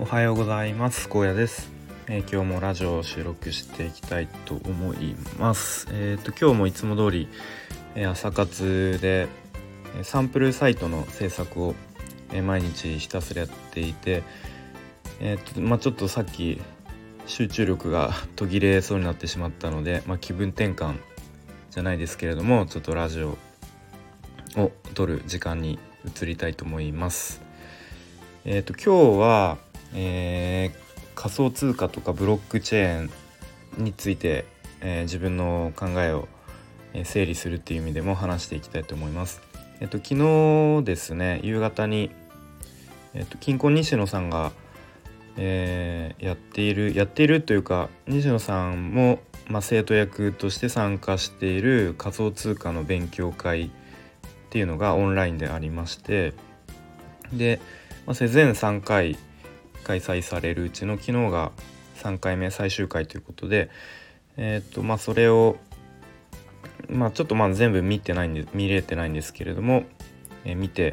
はようございます。高野です。今日もラジオを収録していきたいと思います。今日もいつも通り、朝活でサンプルサイトの制作を、毎日ひたすらやっていて、ちょっとさっき集中力が途切れそうになってしまったので、気分転換じゃないですけれども、ちょっとラジオを撮る時間に移りたいと思います。今日は、仮想通貨とかブロックチェーンについて、自分の考えを整理するっていう意味でも話していきたいと思います。昨日ですね、夕方に、金婚西野さんが、やっているというか、西野さんも、生徒役として参加している仮想通貨の勉強会っていうのがオンラインでありまして、で、全3回開催されるうちの昨日が3回目最終回ということで、それをちょっと全部見れてないんですけれども、見て、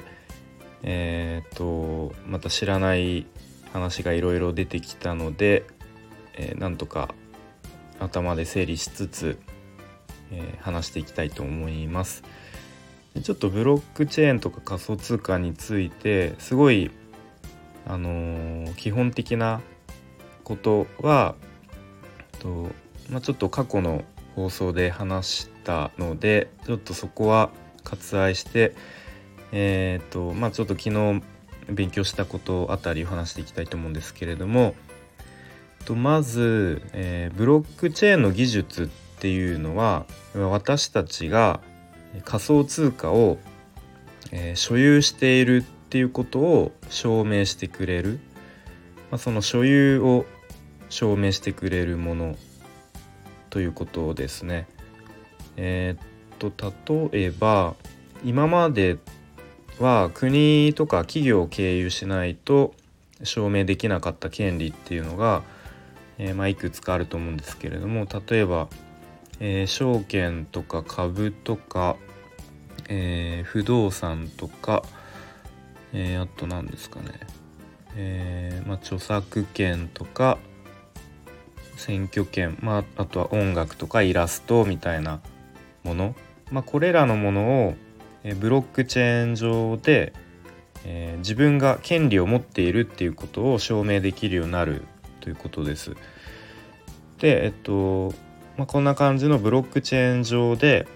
また知らない話がいろいろ出てきたので、なんとか頭で整理しつつ、話していきたいと思います。ちょっとブロックチェーンとか仮想通貨についてすごい基本的なことはちょっと過去の放送で話したので、ちょっとそこは割愛して、ちょっと昨日勉強したことあたりを話していきたいと思うんですけれども、まず、ブロックチェーンの技術っていうのは、私たちが仮想通貨を、所有しているっていうことを証明してくれる、その所有を証明してくれるものということですね。例えば今までは国とか企業を経由しないと証明できなかった権利っていうのが、いくつかあると思うんですけれども、例えば、証券とか株とか、不動産とか、あと何ですかね、著作権とか選挙権、あとは音楽とかイラストみたいなもの、これらのものを、ブロックチェーン上で、自分が権利を持っているっていうことを証明できるようになるということです。で、こんな感じのブロックチェーン上で、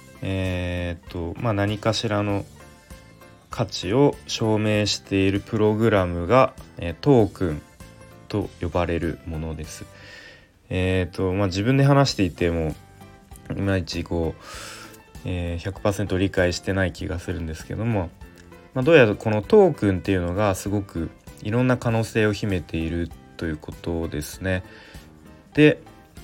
何かしらの価値を証明しているプログラムが、トークンと呼ばれるものです。自分で話していてもいまいち100% 理解してない気がするんですけども、どうやらこのトークンっていうのがすごくいろんな可能性を秘めているということですね。で、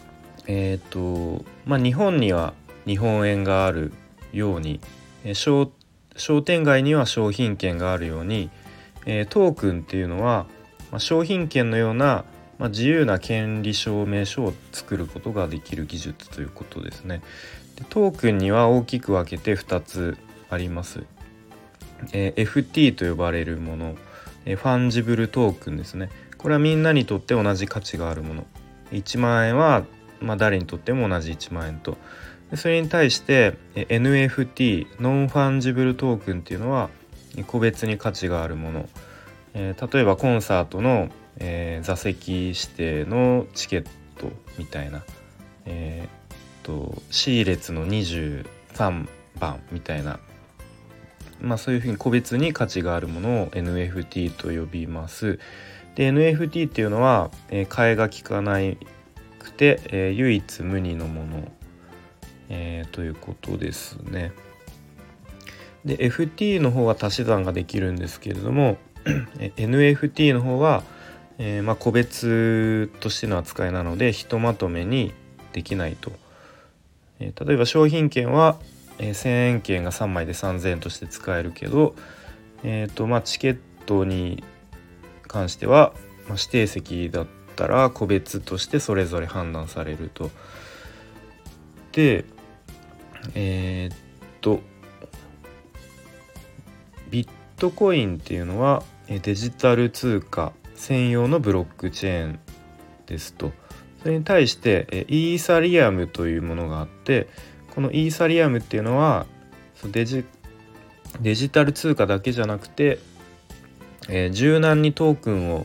日本には日本円があるように、商店街には商品券があるように、トークンっていうのは、商品券のような、自由な権利証明書を作ることができる技術ということですね。で、トークンには大きく分けて2つあります。FT と呼ばれるもの、ファンジブルトークンですね。これはみんなにとって同じ価値があるもの。1万円は、誰にとっても同じ1万円と。でそれに対して NFT ノンファンジブルトークンっていうのは個別に価値があるもの、例えばコンサートの、座席指定のチケットみたいな、C 列の23番みたいな、そういうふうに個別に価値があるものを NFT と呼びます。で NFT っていうのは、替えが利かなくて、唯一無二のもの、ということですね。で FT の方は足し算ができるんですけれどもNFT の方は、個別としての扱いなのでひとまとめにできないと。例えば商品券は、1000円券が3枚で3000円として使えるけど、チケットに関しては、指定席だったら個別としてそれぞれ判断されると。でビットコインっていうのはデジタル通貨専用のブロックチェーンですと。それに対してイーサリアムというものがあって、このイーサリアムっていうのはデジタル通貨だけじゃなくて、柔軟にトークンを、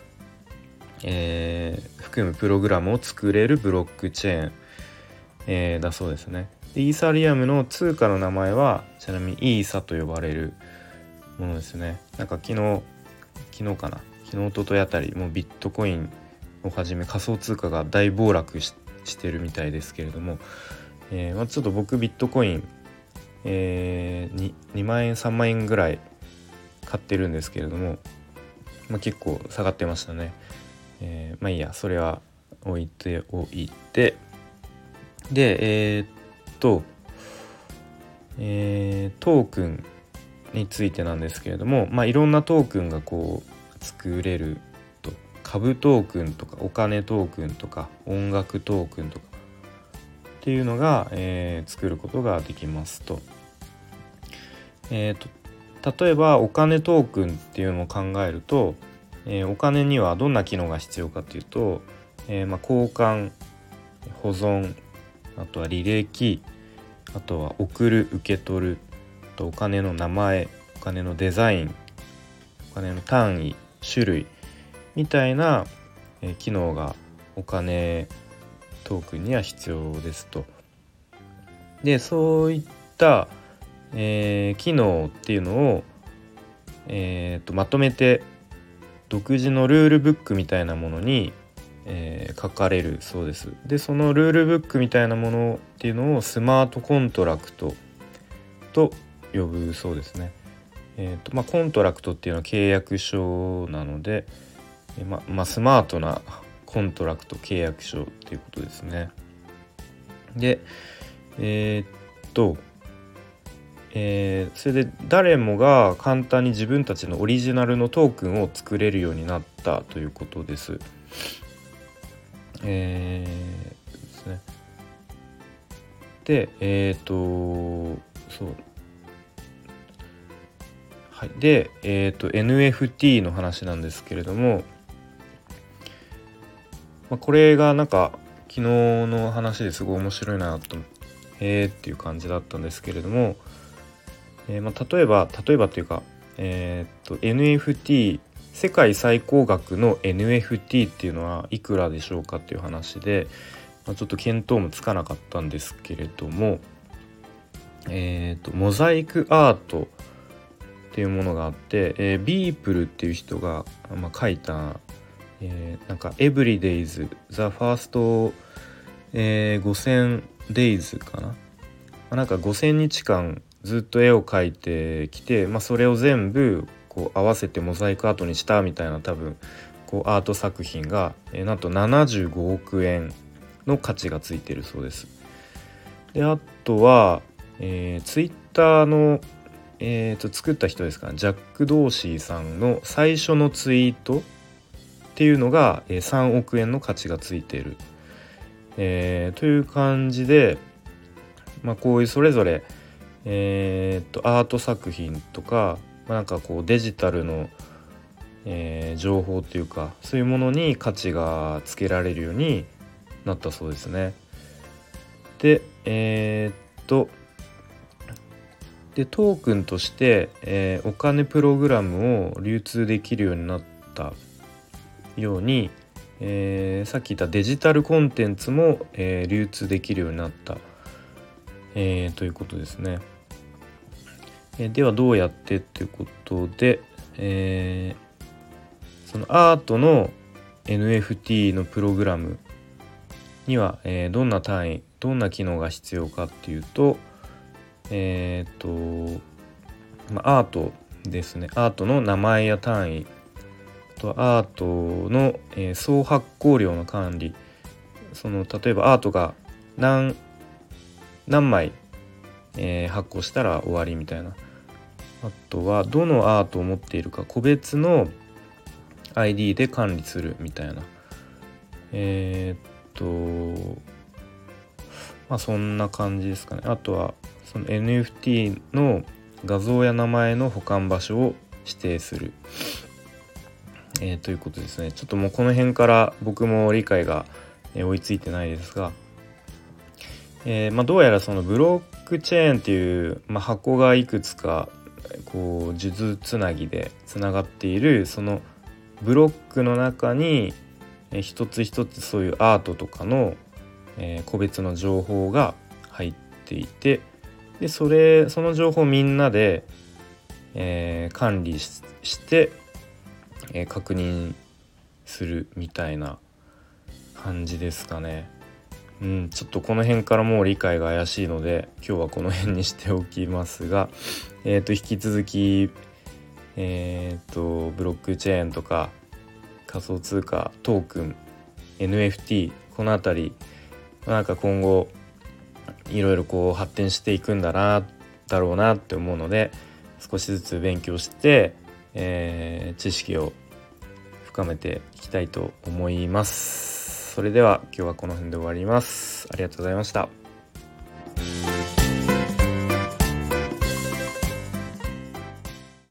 含むプログラムを作れるブロックチェーン、だそうですね。イーサリアムの通貨の名前はちなみにイーサと呼ばれるものですね。なんか昨日一昨日あたりもうビットコインをはじめ仮想通貨が大暴落してるみたいですけれども、ちょっと僕ビットコイン、2万円3万円ぐらい買ってるんですけれども、結構下がってましたね。いいや、それは置いておいて、でトークンについてなんですけれども、いろんなトークンがこう作れると、株トークンとかお金トークンとか音楽トークンとかっていうのが、作ることができますと。例えばお金トークンっていうのを考えると、お金にはどんな機能が必要かっていうと、交換、保存、あとは履歴、あとは送る、受け取る、あとお金の名前、お金のデザイン、お金の単位、種類みたいな、機能がお金トークンには必要ですと。で、そういった、機能っていうのを、まとめて独自のルールブックみたいなものに、書かれるそうです。で、そのルールブックみたいなものっていうのをスマートコントラクトと呼ぶそうですね。コントラクトっていうのは契約書なので、スマートなコントラクト契約書っていうことですね。で、それで誰もが簡単に自分たちのオリジナルのトークンを作れるようになったということです。ですね。で、そう。はい。で、NFT の話なんですけれども、これがなんか昨日の話ですごい面白いなと思って、っていう感じだったんですけれども、例えばというか、NFT 世界最高額の NFT っていうのはいくらでしょうかっていう話で、ちょっと見当もつかなかったんですけれども、モザイクアートっていうものがあって、ビープルっていう人が、書いた、なんか Everydays The First、5000 Days かな、なんか5000日間ずっと絵を描いてきて、それを全部こう合わせてモザイクアートにしたみたいな、多分こうアート作品が、なんと75億円の価値がついているそうです。で、あとは、ツイッターの、作った人ですかね、ジャック・ドーシーさんの最初のツイートっていうのが、3億円の価値がついている、という感じで、こういうそれぞれ、アート作品とか、なんかこうデジタルの、情報っていうか、そういうものに価値がつけられるようになったそうですね。で、トークンとして、お金プログラムを流通できるようになったように、さっき言ったデジタルコンテンツも、流通できるようになった、ということですね。ではどうやってっていうことで、そのアートの NFT のプログラムには、どんな単位、どんな機能が必要かっていうと、アートですね。アートの名前や単位、あとアートの、総発行量の管理、その例えばアートが何枚、発行したら終わりみたいな。あとはどのアートを持っているか個別の ID で管理するみたいな。そんな感じですかね。あとはその NFT の画像や名前の保管場所を指定する、 ということですね。ちょっともうこの辺から僕も理解が追いついてないですが、どうやらそのブロックチェーンっていう、箱がいくつかこう数珠つなぎでつながっているそのブロックの中に一つ一つそういうアートとかの、個別の情報が入っていて、でその情報をみんなで、管理して、確認するみたいな感じですかね。ちょっとこの辺からもう理解が怪しいので今日はこの辺にしておきますが、引き続き、ブロックチェーンとか仮想通貨トークン NFT このあたりなんか今後いろいろこう発展していくんだろうなって思うので、少しずつ勉強して、知識を深めていきたいと思います。それでは今日はこの辺で終わります。ありがとうございました。